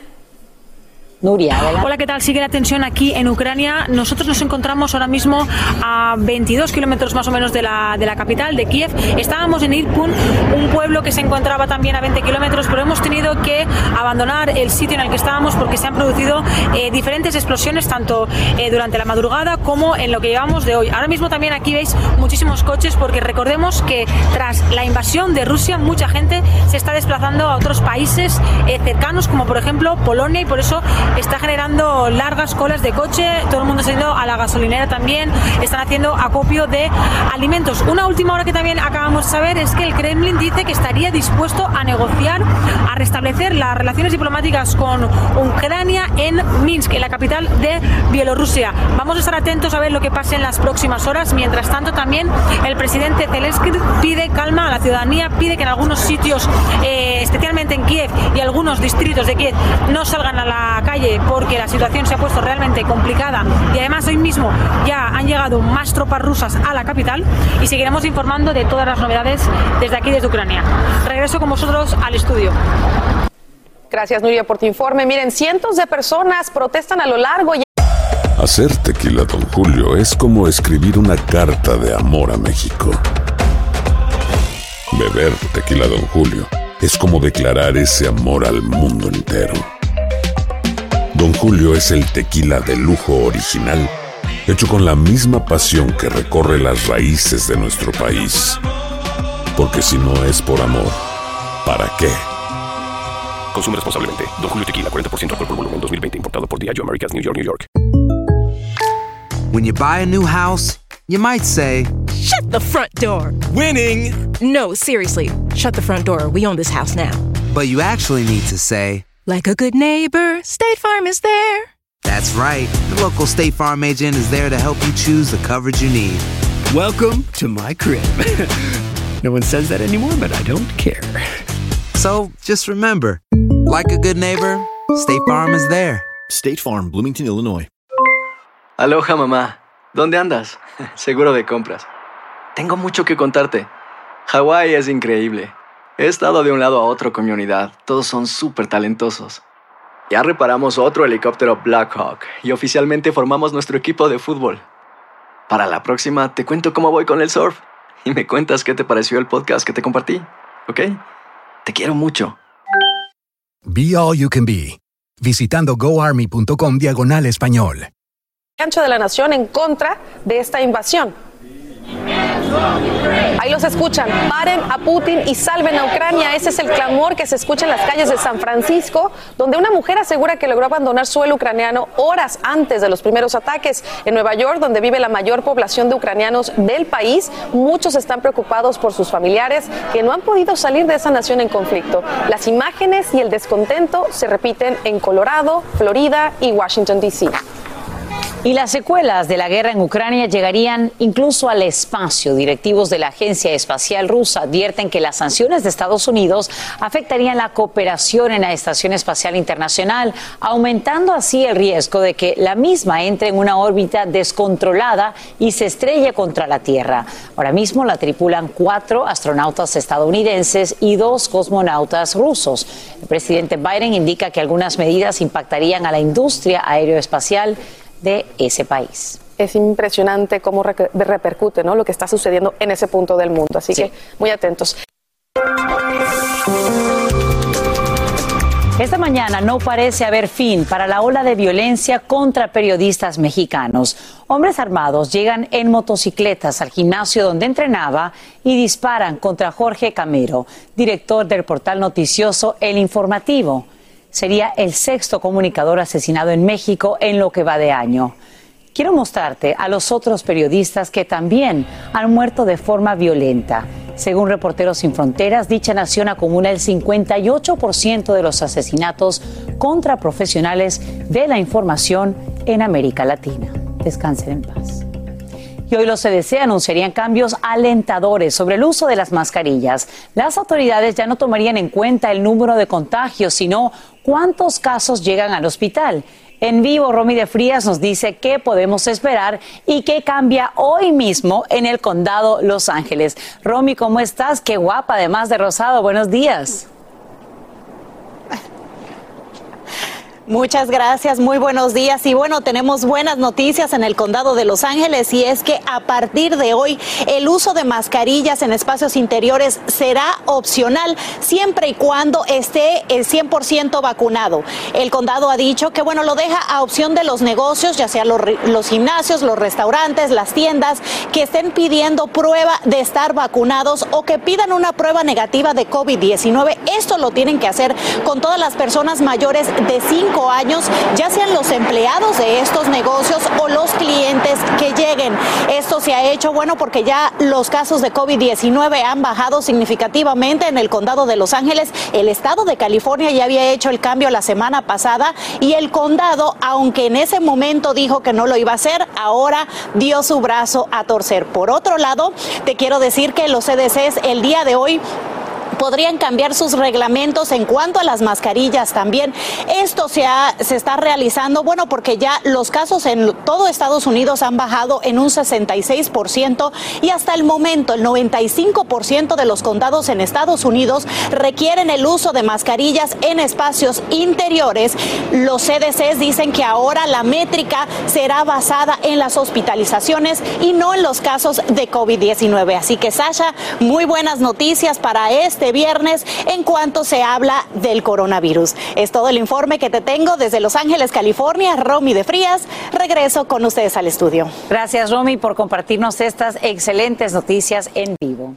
Speaker 6: Nuria, adelante.
Speaker 8: Hola, ¿qué tal? Sigue la tensión aquí en Ucrania. Nosotros nos encontramos ahora mismo a 22 kilómetros más o menos de la capital, de Kiev. Estábamos en Irpin, un pueblo que se encontraba también a 20 kilómetros, pero hemos tenido que abandonar el sitio en el que estábamos porque se han producido diferentes explosiones, tanto durante la madrugada como en lo que llevamos de hoy. Ahora mismo también aquí veis muchísimos coches, porque recordemos que tras la invasión de Rusia, mucha gente se está desplazando a otros países cercanos, como por ejemplo Polonia, y por eso está generando largas colas de coche. Todo el mundo está yendo a la gasolinera también, están haciendo acopio de alimentos. Una última hora que también acabamos de saber es que el Kremlin dice que estaría dispuesto a negociar, a restablecer las relaciones diplomáticas con Ucrania en Minsk, en la capital de Bielorrusia. Vamos a estar atentos a ver lo que pase en las próximas horas. Mientras tanto, también el presidente Zelensky pide calma a la ciudadanía, pide que en algunos sitios, especialmente en Kiev y algunos distritos de Kiev, no salgan a la calle porque la situación se ha puesto realmente complicada, y además hoy mismo ya han llegado más tropas rusas a la capital, y seguiremos informando de todas las novedades desde aquí, desde Ucrania. Regreso con vosotros al estudio.
Speaker 7: Gracias, Nuria, por tu informe. Miren, cientos de personas protestan a lo largo.
Speaker 3: Hacer tequila Don Julio es como escribir una carta de amor a México. Beber tequila Don Julio es como declarar ese amor al mundo entero. Don Julio es el tequila de lujo original, hecho con la misma pasión que recorre las raíces de nuestro país. Porque si no es por amor, ¿para qué?
Speaker 4: Consume responsablemente. Don Julio Tequila, 40% alcohol por volumen, 2020. Importado por Diageo Americas, New York, New York.
Speaker 22: When you buy a new house, you might say,
Speaker 23: "Shut the front door." Winning. No, seriously. Shut the front door. We own this house now.
Speaker 22: But you actually need to say,
Speaker 23: like a good neighbor, State Farm is there.
Speaker 22: That's right. The local State Farm agent is there to help you choose the coverage you need.
Speaker 24: Welcome to my crib. No one says that anymore, but I don't care.
Speaker 22: So just remember, like a good neighbor, State Farm is there.
Speaker 9: State Farm, Bloomington, Illinois.
Speaker 1: Aloha, mamá. ¿Dónde andas? Seguro de compras. Tengo mucho que contarte. Hawái es increíble. He estado de un lado a otro con mi unidad. Todos son súper talentosos. Ya reparamos otro helicóptero Black Hawk y oficialmente formamos nuestro equipo de fútbol. Para la próxima te cuento cómo voy con el surf y me cuentas qué te pareció el podcast que te compartí, ¿ok? Te quiero mucho.
Speaker 2: Be All You Can Be. Visitando goarmy.com/español.
Speaker 7: Ancho de la nación en contra de esta invasión. Ahí los escuchan. Paren a Putin y salven a Ucrania. Ese es el clamor que se escucha en las calles de San Francisco, donde una mujer asegura que logró abandonar suelo ucraniano horas antes de los primeros ataques. En Nueva York, donde vive la mayor población de ucranianos del país, muchos están preocupados por sus familiares que no han podido salir de esa nación en conflicto. Las imágenes y el descontento se repiten en Colorado, Florida y Washington, D.C.
Speaker 6: Y las secuelas de la guerra en Ucrania llegarían incluso al espacio. Directivos de la Agencia Espacial Rusa advierten que las sanciones de Estados Unidos afectarían la cooperación en la Estación Espacial Internacional, aumentando así el riesgo de que la misma entre en una órbita descontrolada y se estrelle contra la Tierra. Ahora mismo la tripulan 4 astronautas estadounidenses y 2 cosmonautas rusos. El presidente Biden indica que algunas medidas impactarían a la industria aeroespacial de ese país.
Speaker 7: Es impresionante cómo repercute, ¿no?, lo que está sucediendo en ese punto del mundo. Así que muy atentos.
Speaker 6: Esta mañana no parece haber fin para la ola de violencia contra periodistas mexicanos. Hombres armados llegan en motocicletas al gimnasio donde entrenaba y disparan contra Jorge Camero, director del portal noticioso El Informativo. Sería el 6º comunicador asesinado en México en lo que va de año. Quiero mostrarte a los otros periodistas que también han muerto de forma violenta. Según Reporteros Sin Fronteras, dicha nación acumula el 58% de los asesinatos contra profesionales de la información en América Latina. Descansen en paz. Y hoy los CDC anunciarían cambios alentadores sobre el uso de las mascarillas. Las autoridades ya no tomarían en cuenta el número de contagios, sino cuántos casos llegan al hospital. En vivo, Romy de Frías nos dice qué podemos esperar y qué cambia hoy mismo en el condado Los Ángeles. Romy, ¿cómo estás? Qué guapa, además de rosado. Buenos días.
Speaker 11: Muchas gracias, muy buenos días. Y bueno, tenemos buenas noticias en el condado de Los Ángeles, y es que a partir de hoy el uso de mascarillas en espacios interiores será opcional siempre y cuando esté el 100% vacunado. El condado ha dicho que bueno, lo deja a opción de los negocios, ya sea los gimnasios, los restaurantes, las tiendas, que estén pidiendo prueba de estar vacunados o que pidan una prueba negativa de COVID-19. Esto lo tienen que hacer con todas las personas mayores de 5 años, ya sean los empleados de estos negocios o los clientes que lleguen. Esto se ha hecho, bueno, porque ya los casos de COVID-19 han bajado significativamente en el condado de Los Ángeles. El estado de California ya había hecho el cambio la semana pasada, y el condado, aunque en ese momento dijo que no lo iba a hacer, ahora dio su brazo a torcer. Por otro lado, te quiero decir que los CDCs el día de hoy podrían cambiar sus reglamentos en cuanto a las mascarillas también. Esto se está realizando, bueno, porque ya los casos en todo Estados Unidos han bajado en un 66%, y hasta el momento el 95% de los condados en Estados Unidos requieren el uso de mascarillas en espacios interiores. Los CDCs dicen que ahora la métrica será basada en las hospitalizaciones y no en los casos de COVID-19. Así que, Sasha, muy buenas noticias para este viernes en cuanto se habla del coronavirus. Es todo el informe que te tengo desde Los Ángeles, California. Romy de Frías, regreso con ustedes al estudio.
Speaker 6: Gracias, Romy, por compartirnos estas excelentes noticias en vivo.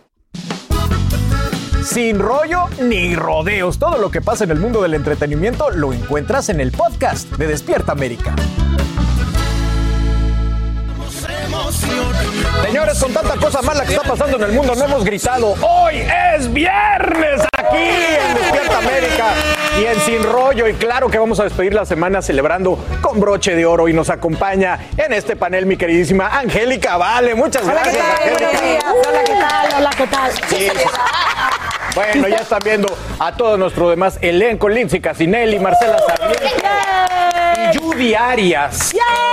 Speaker 12: Sin rollo ni rodeos, todo lo que pasa en el mundo del entretenimiento lo encuentras en el podcast de Despierta América. Señores, con tanta cosa mala que está pasando en el mundo, no hemos gritado. Hoy es viernes aquí en Despierta América y en Sin Rollo. Y claro que vamos a despedir la semana celebrando con broche de oro. Y nos acompaña en este panel mi queridísima Angélica Vale. Muchas gracias, Angélica.
Speaker 11: Hola, ¿qué tal? Hola, ¿qué tal?
Speaker 12: Sí. Bueno, ya están viendo a todo nuestro demás elenco, Lindsay Casinelli, Marcela Sarmiento y Judy Arias.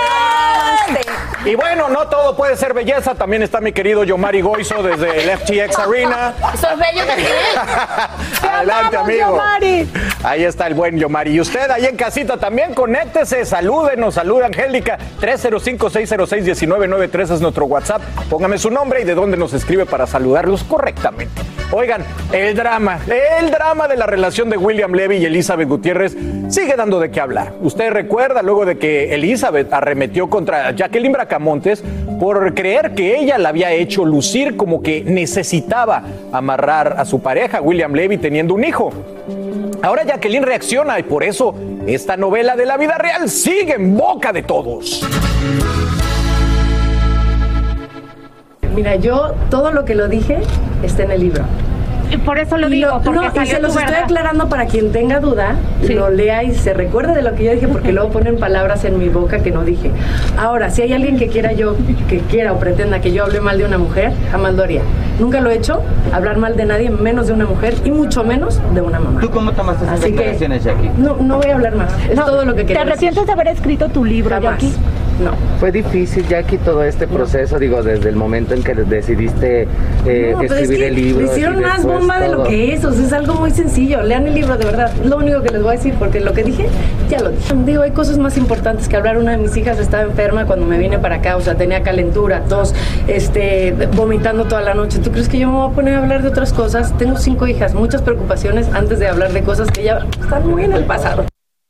Speaker 12: Y bueno, no todo puede ser belleza, también está mi querido Yomari Goizo desde el FTX Arena.
Speaker 5: Eso es bello también.
Speaker 12: Adelante, amigo.
Speaker 11: Yomari.
Speaker 12: Ahí está el buen Yomari. Y usted ahí en casita también, conéctese, salúdenos, saluda Angélica. 305-606-1993 es nuestro WhatsApp. Póngame su nombre y de dónde nos escribe para saludarlos correctamente. Oigan, el drama de la relación de William Levy y Elizabeth Gutiérrez sigue dando de qué hablar. Usted recuerda luego de que Elizabeth arremetió contra Jacqueline Bracamontes por creer que ella la había hecho lucir como que necesitaba amarrar a su pareja, William Levy, teniendo un hijo. Ahora Jacqueline reacciona y por eso esta novela de la vida real sigue en boca de todos.
Speaker 13: Mira, yo todo lo que lo dije está en el libro.
Speaker 5: Y por eso lo digo, porque
Speaker 13: y se los estoy aclarando para quien tenga duda, lo lea y se recuerde de lo que yo dije, porque luego ponen palabras en mi boca que no dije. Ahora, si hay alguien que quiera o pretenda que yo hable mal de una mujer, jamás lo haría. Nunca lo he hecho, hablar mal de nadie, menos de una mujer y mucho menos de una mamá.
Speaker 15: ¿Tú cómo tomaste esas declaraciones, Jackie?
Speaker 13: No voy a hablar más, es todo lo que quería.
Speaker 5: ¿Te arrepientes de haber escrito tu libro, Jackie?
Speaker 13: No.
Speaker 24: ¿Fue difícil, Jackie, todo este proceso? Digo, desde el momento en que decidiste escribir el libro.
Speaker 13: Le hicieron más bomba de lo que es, o sea, es algo muy sencillo. Lean el libro, de verdad. Lo único que les voy a decir, porque lo que dije, ya lo dije. Digo, hay cosas más importantes que hablar. Una de mis hijas estaba enferma cuando me vine para acá, o sea, tenía calentura, tos, vomitando toda la noche. ¿Tú crees que yo me voy a poner a hablar de otras cosas? Tengo 5 hijas, muchas preocupaciones antes de hablar de cosas que ya están muy en el pasado.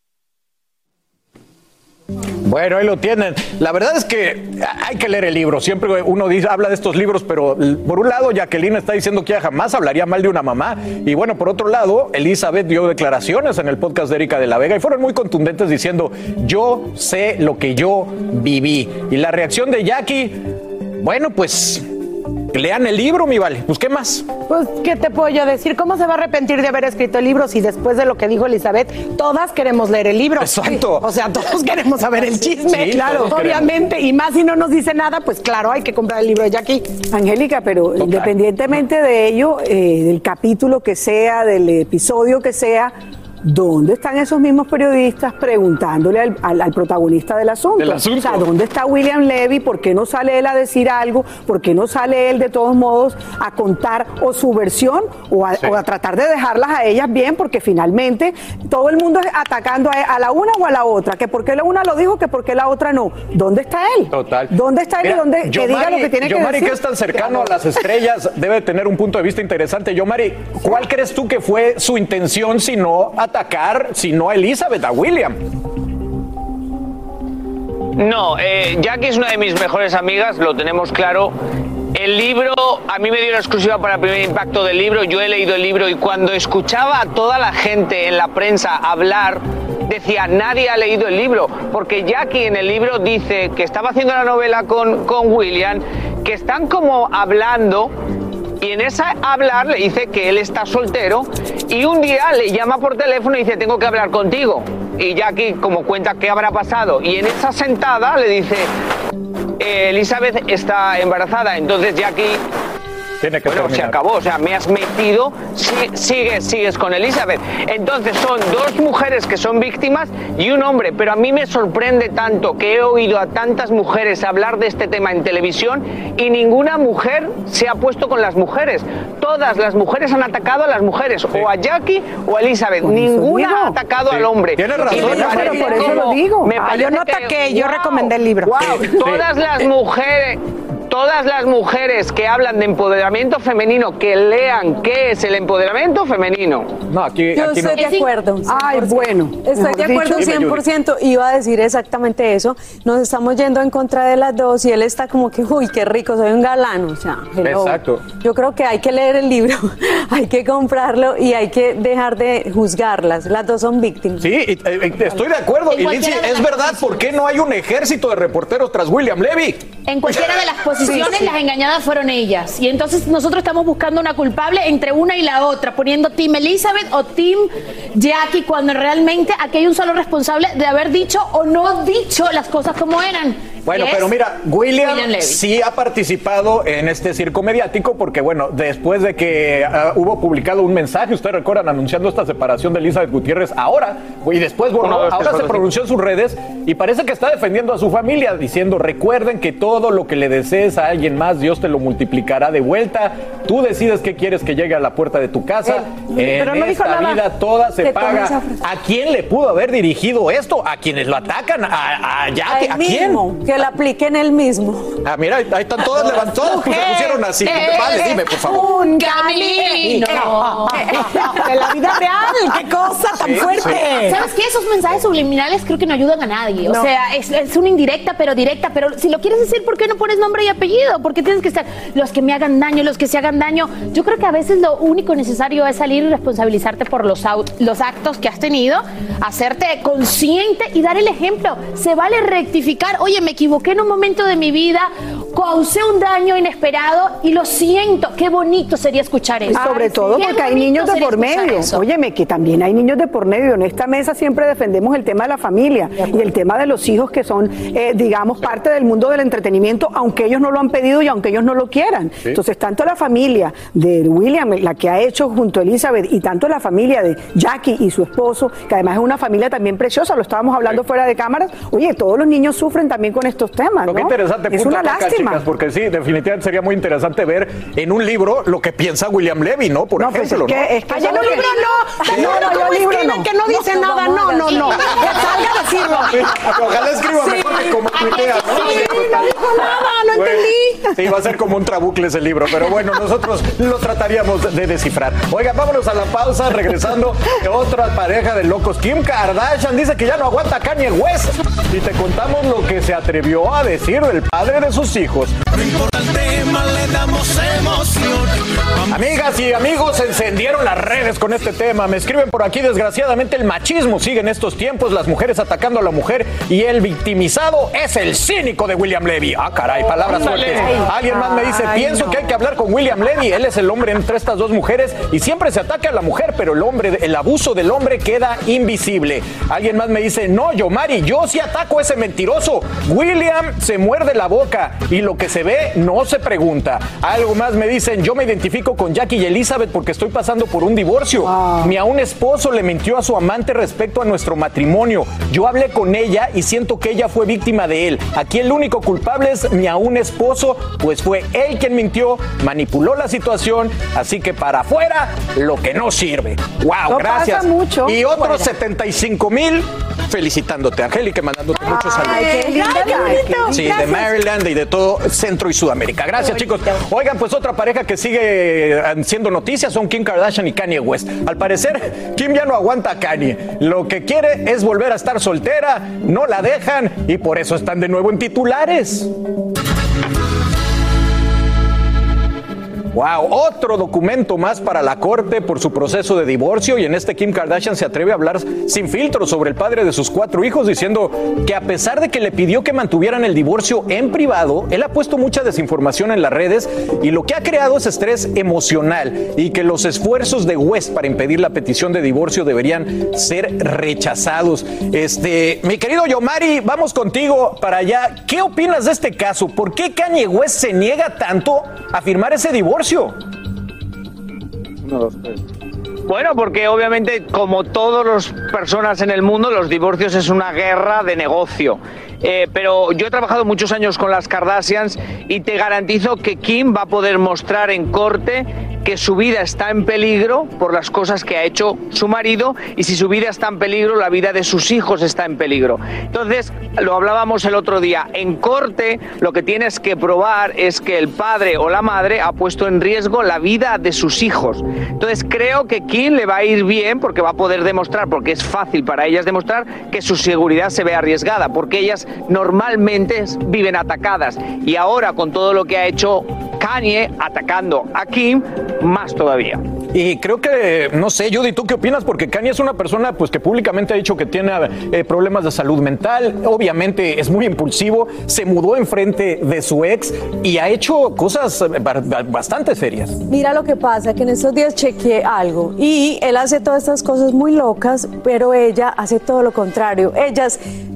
Speaker 12: Bueno, ahí lo tienen. La verdad es que hay que leer el libro. Siempre uno habla de estos libros, pero por un lado Jacqueline está diciendo que ella jamás hablaría mal de una mamá. Y bueno, por otro lado, Elizabeth dio declaraciones en el podcast de Erika de la Vega y fueron muy contundentes diciendo, yo sé lo que yo viví. Y la reacción de Jackie, bueno, pues lean el libro, mi Vale. Pues, ¿qué más?
Speaker 25: Pues, ¿qué te puedo yo decir? ¿Cómo se va a arrepentir de haber escrito el libro si después de lo que dijo Elizabeth, todas queremos leer el libro?
Speaker 12: Exacto.
Speaker 25: O sea, todos queremos saber el chisme,
Speaker 12: sí,
Speaker 25: claro, obviamente. Y más si no nos dice nada, pues claro, hay que comprar el libro de Jackie.
Speaker 26: Angélica, pero independientemente de ello, del capítulo que sea, del episodio que sea, ¿dónde están esos mismos periodistas preguntándole al protagonista del asunto? O sea, ¿dónde está William Levy? ¿Por qué no sale él a decir algo? ¿Por qué no sale él de todos modos a contar o su versión o a tratar de dejarlas a ellas bien? Porque finalmente todo el mundo atacando a la una o a la otra, que por qué la una lo dijo, que por qué la otra no. ¿Dónde está él?
Speaker 12: Total.
Speaker 26: ¿Dónde está él?
Speaker 12: Mira,
Speaker 26: ¿Y dónde que diga lo que tiene que
Speaker 12: Yomari,
Speaker 26: decir?
Speaker 12: que es tan cercano a las estrellas, debe tener un punto de vista interesante. Yomari, ¿cuál crees tú que fue su intención si no atacar, si no a Elizabeth, a William?
Speaker 27: No, Jackie es una de mis mejores amigas, lo tenemos claro. El libro, a mí me dio la exclusiva para el primer impacto del libro, yo he leído el libro y cuando escuchaba a toda la gente en la prensa hablar, decía, nadie ha leído el libro, porque Jackie en el libro dice que estaba haciendo la novela con William, que están como hablando. Y en esa hablar le dice que él está soltero y un día le llama por teléfono y dice, tengo que hablar contigo. Y Jackie como cuenta qué habrá pasado. Y en esa sentada le dice, Elizabeth está embarazada. Entonces Jackie, bueno, se acabó, o sea, me has metido, sigues con Elizabeth. Entonces son 2 mujeres que son víctimas y un hombre, pero a mí me sorprende tanto que he oído a tantas mujeres hablar de este tema en televisión y ninguna mujer se ha puesto con las mujeres. Todas las mujeres han atacado a las mujeres, o a Jackie o a Elizabeth. Ninguna ha atacado al hombre.
Speaker 12: Tienes razón,
Speaker 25: pero por eso lo digo. Yo no ataqué, yo recomendé el libro.
Speaker 27: Todas las mujeres que hablan de empoderamiento femenino, que lean qué es el empoderamiento femenino.
Speaker 12: No, aquí
Speaker 26: Yo estoy de acuerdo. Ay, bueno. Estoy de acuerdo 100%. Iba a decir exactamente eso. Nos estamos yendo en contra de las dos y él está como que, uy, qué rico, soy un galán. O sea, hello.
Speaker 12: Exacto.
Speaker 26: Yo creo que hay que leer el libro, hay que comprarlo y hay que dejar de juzgarlas. Las dos son víctimas.
Speaker 12: Sí, estoy de acuerdo. Y Lindsay, es verdad, ¿por qué no hay un ejército de reporteros tras William Levy?
Speaker 5: En cualquiera de las posiciones, las engañadas fueron ellas. Y entonces nosotros estamos buscando una culpable entre una y la otra, poniendo Team Elizabeth o Team Jackie, cuando realmente aquí hay un solo responsable de haber dicho o no dicho las cosas como eran.
Speaker 12: Bueno, pero mira, William sí ha participado en este circo mediático porque, bueno, después de que hubo publicado un mensaje, ustedes recuerdan, anunciando esta separación de Elizabeth Gutiérrez, ahora, y después borró, ahora se pronunció en sus redes y parece que está defendiendo a su familia, diciendo, recuerden que todo lo que le desees a alguien más, Dios te lo multiplicará de vuelta. Tú decides qué quieres que llegue a la puerta de tu casa.
Speaker 25: Pero no dijo
Speaker 12: esta
Speaker 25: nada
Speaker 12: vida toda se paga.
Speaker 25: esa
Speaker 12: ¿A quién le pudo haber dirigido esto? ¿A quienes lo atacan? ¿A Jackie? ¿A quién?
Speaker 25: Que la apliquen él mismo.
Speaker 12: Ah, mira, ahí están todas levantadas, pues se pusieron así. Vale, dime, por favor.
Speaker 25: Un camino de la vida real. ¡Qué cosa tan fuerte!
Speaker 5: ¿Sabes qué? Esos mensajes subliminales creo que no ayudan a nadie. O sea, es una indirecta, pero directa. Pero si lo quieres decir, ¿por qué no pones nombre y apellido? ¿Por qué tienes que estar los que me hagan daño, los que se hagan daño? Yo creo que a veces lo único necesario es salir y responsabilizarte por los actos que has tenido, hacerte consciente y dar el ejemplo. Se vale rectificar. Oye, me equivoqué en un momento de mi vida, causé un daño inesperado y lo siento. Qué bonito sería escuchar eso.
Speaker 26: Y sobre todo porque hay niños de por medio. Óyeme, que también hay niños de por medio. En esta mesa siempre defendemos el tema de la familia y el tema de los hijos que son, digamos, parte del mundo del entretenimiento, aunque ellos no lo han pedido y aunque ellos no lo quieran. Sí. Entonces, tanto la familia de William, la que ha hecho junto a Elizabeth, y tanto la familia de Jackie y su esposo, que además es una familia también preciosa, lo estábamos hablando fuera de cámaras. Oye, todos los niños sufren también con estos temas, ¿no?
Speaker 12: Qué interesante
Speaker 26: es
Speaker 12: punto
Speaker 26: una
Speaker 12: acá,
Speaker 26: lástima.
Speaker 12: chicas, porque sí, definitivamente sería muy interesante ver en un libro lo que piensa William Levy, ¿no? Por ejemplo,
Speaker 25: pues es que en un libro no, que no dice nada, no. Que salga a decirlo.
Speaker 12: Ojalá escriba mejor que como tuitea, ¿no?
Speaker 25: No dijo nada, no entendí.
Speaker 12: Sí, va a ser como un trabucle ese libro, pero bueno, nosotros lo trataríamos de descifrar. Oigan, vámonos a la pausa, regresando. Otra pareja de locos, Kim Kardashian, dice que ya no aguanta a Kanye West. Y te contamos lo que se atrevió a decir del padre de sus hijos.
Speaker 10: No importa el tema, le damos emoción.
Speaker 12: Amigas y amigos, se encendieron las redes con este tema. Me escriben por aquí, desgraciadamente el machismo sigue en estos tiempos, las mujeres atacando a la mujer y el victimizado es el cínico de William Levy. Ah, caray, palabras fuertes. Alguien más me dice, pienso que hay que hablar con William Levy. Él es el hombre entre estas dos mujeres y siempre se ataca a la mujer, pero el abuso del hombre queda invisible. Alguien más me dice, no, Yomari, yo sí ataco a ese mentiroso. William se muerde la boca y lo que se ve no se pregunta. Algo más me dicen, yo me identifico con Jackie y Elizabeth porque estoy pasando por un divorcio. Mi aún esposo le mintió a su amante respecto a nuestro matrimonio. Yo hablé con ella y siento que ella fue víctima de él. Aquí el único culpable es mi aún esposo, pues fue él quien mintió, manipuló la situación, así que para afuera lo que no sirve. ¡Wow!
Speaker 26: No
Speaker 12: Gracias.
Speaker 26: pasa mucho.
Speaker 12: Y otros 75,000 felicitándote, Angélica, mandándote muchos saludos.
Speaker 26: Qué linda.
Speaker 12: Sí, de Maryland y de todo Centro y Sudamérica. Gracias, chicos. Oigan, pues otra pareja que sigue haciendo noticias son Kim Kardashian y Kanye West. Al parecer, Kim ya no aguanta a Kanye. Lo que quiere es volver a estar soltera, no la dejan y por eso están de nuevo en titulares. Wow, otro documento más para la corte por su proceso de divorcio y en este Kim Kardashian se atreve a hablar sin filtro sobre el padre de sus 4 hijos diciendo que a pesar de que le pidió que mantuvieran el divorcio en privado, él ha puesto mucha desinformación en las redes y lo que ha creado es estrés emocional y que los esfuerzos de West para impedir la petición de divorcio deberían ser rechazados. Mi querido Yomari, vamos contigo para allá. ¿Qué opinas de este caso? ¿Por qué Kanye West se niega tanto a firmar ese divorcio?
Speaker 27: Bueno, porque obviamente, como todas las personas en el mundo, los divorcios es una guerra de negocio. Pero yo he trabajado muchos años con las Kardashians y te garantizo que Kim va a poder mostrar en corte que su vida está en peligro por las cosas que ha hecho su marido y si su vida está en peligro, la vida de sus hijos está en peligro. Entonces, lo hablábamos el otro día, en corte lo que tienes que probar es que el padre o la madre ha puesto en riesgo la vida de sus hijos. Entonces, creo que Kim le va a ir bien porque va a poder demostrar, porque es fácil para ellas demostrar que su seguridad se ve arriesgada, porque ellas normalmente viven atacadas y ahora con todo lo que ha hecho Kanye atacando a Kim, más todavía.
Speaker 12: Y creo que, no sé, Judy, ¿tú qué opinas? Porque Kanye es una persona pues que públicamente ha dicho que tiene problemas de salud mental, obviamente es muy impulsivo, se mudó enfrente de su ex y ha hecho cosas bastante serias.
Speaker 14: Mira lo que pasa, que en estos días chequeé algo y él hace todas estas cosas muy locas, pero ella hace todo lo contrario. Ellas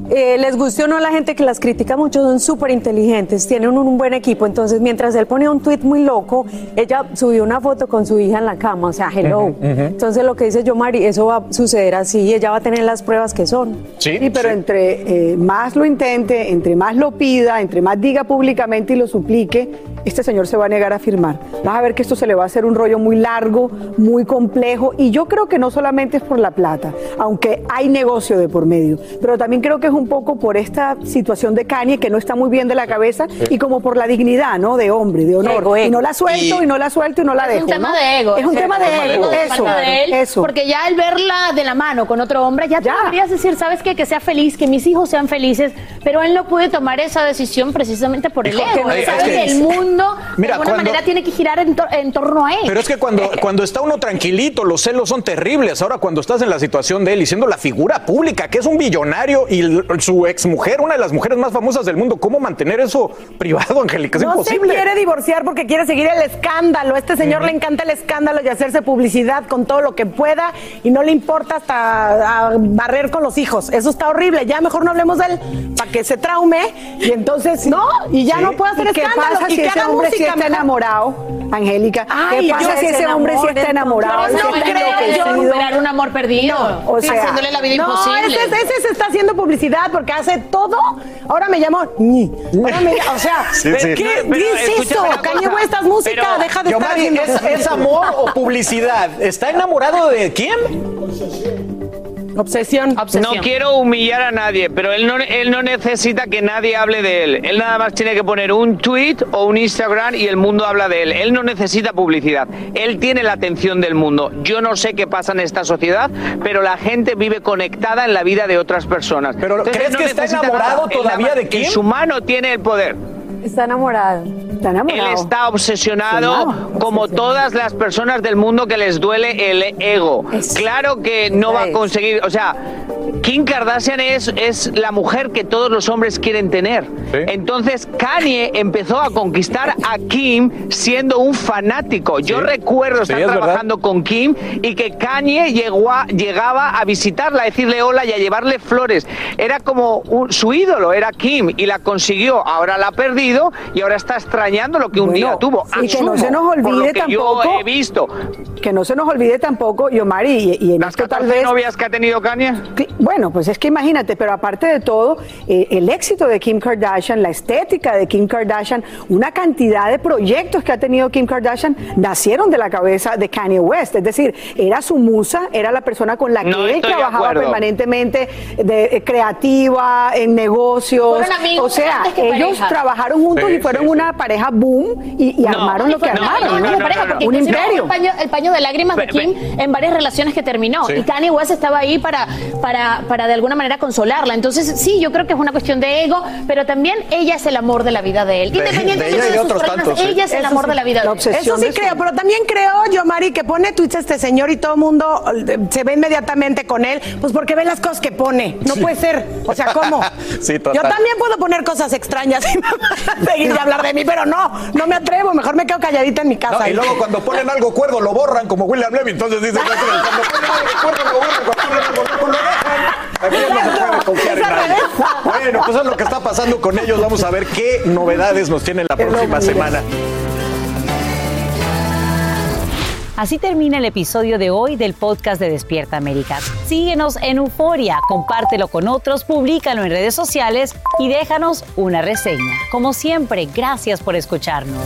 Speaker 14: Les guste o no a la gente que las critica mucho, son súper inteligentes, tienen un buen equipo. Entonces, mientras él ponía un tuit muy loco, ella subió una foto con su hija en la cama, o sea, hello. Entonces, lo que dice Yomari, eso va a suceder así, ella va a tener las pruebas que son.
Speaker 26: Sí, pero entre más lo intente, entre más lo pida, entre más diga públicamente y lo suplique, este señor se va a negar a firmar. Vas a ver que esto se le va a hacer un rollo muy largo, muy complejo, y yo creo que no solamente es por la plata, aunque hay negocio de por medio, pero también creo que es un poco por esta situación de Kanye, que no está muy bien de la cabeza, y como por la dignidad, ¿no? De hombre, de honor. Y no la suelto, y no la suelto, y no la dejo.
Speaker 5: Es un tema
Speaker 26: ¿no?
Speaker 5: de ego.
Speaker 26: Es un tema de ego, eso.
Speaker 5: Porque ya al verla de la mano con otro hombre, ya podrías decir, ¿sabes qué? Que sea feliz, que mis hijos sean felices, pero él no puede tomar esa decisión precisamente por el ego. El mundo, de alguna manera, tiene que girar en torno a él.
Speaker 12: Pero es que cuando está uno tranquilito, los celos son terribles. Ahora, cuando estás en la situación de él y siendo la figura pública, que es un billonario, y su exmujer, una de las mujeres más famosas del mundo, ¿cómo mantener eso privado, Angélica? Es imposible.
Speaker 25: No se quiere divorciar porque quiere seguir el escándalo. A este señor le encanta el escándalo y hacerse publicidad con todo lo que pueda, y no le importa hasta barrer con los hijos. Eso está horrible. Ya mejor no hablemos de él para que se traume, y entonces no puede hacer
Speaker 26: ¿Qué
Speaker 25: escándalo.
Speaker 26: pasa
Speaker 25: Y
Speaker 26: si
Speaker 25: que
Speaker 26: ese
Speaker 25: haga
Speaker 26: hombre sí
Speaker 25: música
Speaker 26: está
Speaker 25: mejor.
Speaker 26: enamorado, Angélica? ¿Qué pasa si ese hombre sí está enamorado?
Speaker 5: No creo recuperar un amor perdido.
Speaker 25: No, o sea,
Speaker 5: haciéndole la vida imposible.
Speaker 25: Ese se está haciendo publicidad porque hace todo. Ahora me llamó. O sea, ¿qué dices eso? Kanye West, estás música, deja de estar haciendo
Speaker 12: ¿Es amor o publicidad? ¿Está enamorado de quién?
Speaker 25: Obsesión.
Speaker 27: No quiero humillar a nadie, pero él no necesita que nadie hable de él. Él nada más tiene que poner un tweet o un Instagram y el mundo habla de él. Él no necesita publicidad. Él tiene la atención del mundo. Yo no sé qué pasa en esta sociedad, pero la gente vive conectada en la vida de otras personas.
Speaker 12: Pero
Speaker 27: entonces,
Speaker 12: ¿crees que está enamorado todavía de Kim?
Speaker 27: En su mano tiene el poder.
Speaker 14: Está enamorado.
Speaker 27: Él está obsesionado como todas las personas del mundo que les duele el ego. Claro que no va a conseguir, o sea, Kim Kardashian es la mujer que todos los hombres quieren tener. ¿Sí? Entonces Kanye empezó a conquistar a Kim siendo un fanático. Yo recuerdo estar trabajando con Kim y que Kanye llegaba a visitarla, a decirle hola y a llevarle flores. Era como su ídolo, era Kim, y la consiguió. Ahora la ha perdido y ahora está extrañando lo que un día tuvo.
Speaker 26: Y que no se nos olvide tampoco.
Speaker 27: Yo he visto.
Speaker 26: Que no se nos olvide tampoco, Yomari, y en
Speaker 27: ¿Las
Speaker 26: esto
Speaker 27: 14
Speaker 26: tal vez
Speaker 27: novias que ha tenido Kanye?
Speaker 26: Bueno, pues es que imagínate, pero aparte de todo, el éxito de Kim Kardashian, la estética de Kim Kardashian, una cantidad de proyectos que ha tenido Kim Kardashian nacieron de la cabeza de Kanye West. Es decir, era su musa, era la persona con la que él trabajaba permanentemente, creativa, en negocios. O sea, ellos trabajaron juntos y fueron una pareja boom y armaron lo que armaron.
Speaker 5: Un imperio. El paño de lágrimas de Kim en varias relaciones que terminó. Y Kanye West estaba ahí para de alguna manera consolarla. Entonces, sí, yo creo que es una cuestión de ego, pero también ella es el amor de la vida de él. Independientemente de sus problemas, ella es el amor de la vida de él.
Speaker 25: Eso sí creo, pero también creo, Yomari, que pone tweets este señor y todo el mundo se ve inmediatamente con él, pues porque ve las cosas que pone. No puede ser. O sea, ¿cómo?
Speaker 12: Sí, total.
Speaker 25: Yo también puedo poner cosas extrañas y seguir de hablar de mí, pero no me atrevo. Mejor me quedo calladita en mi casa.
Speaker 12: Y luego cuando ponen algo cuerdo lo borran, como William Levy. Entonces dicen que cuando ponen algo cuerdo lo borran, cuando ponen algo loco lo dejan. Aquí no se puede confiar en nadie. Bueno, pues es lo que está pasando con ellos. Vamos a ver qué novedades nos tienen la próxima semana.
Speaker 6: Así termina el episodio de hoy del podcast de Despierta América. Síguenos en Euforia, compártelo con otros, públicalo en redes sociales y déjanos una reseña. Como siempre, gracias por escucharnos.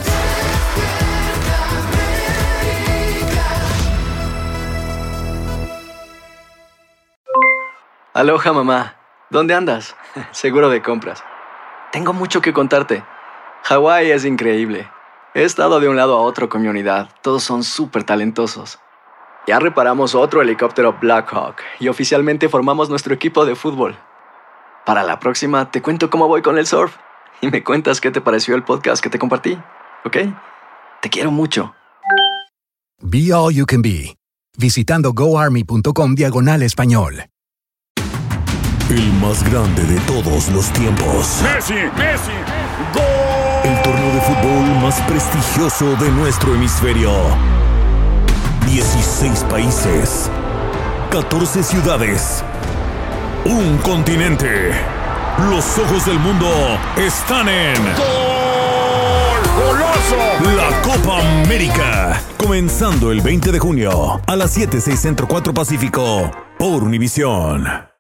Speaker 1: Aloha, mamá. ¿Dónde andas? Seguro de compras. Tengo mucho que contarte. Hawái es increíble. He estado de un lado a otro con mi unidad. Todos son súper talentosos. Ya reparamos otro helicóptero Blackhawk y oficialmente formamos nuestro equipo de fútbol. Para la próxima te cuento cómo voy con el surf y me cuentas qué te pareció el podcast que te compartí, ¿ok? Te quiero mucho.
Speaker 2: Be All You Can Be, visitando goarmy.com/español.
Speaker 3: El más grande de todos los tiempos.
Speaker 10: Messi. ¡Gol!
Speaker 3: El torneo de fútbol más prestigioso de nuestro hemisferio. 16 países, 14 ciudades, un continente. Los ojos del mundo están en ¡Gol Goloso! La Copa América. Comenzando el 20 de junio a las 7:06 Centro 4 Pacífico por Univisión.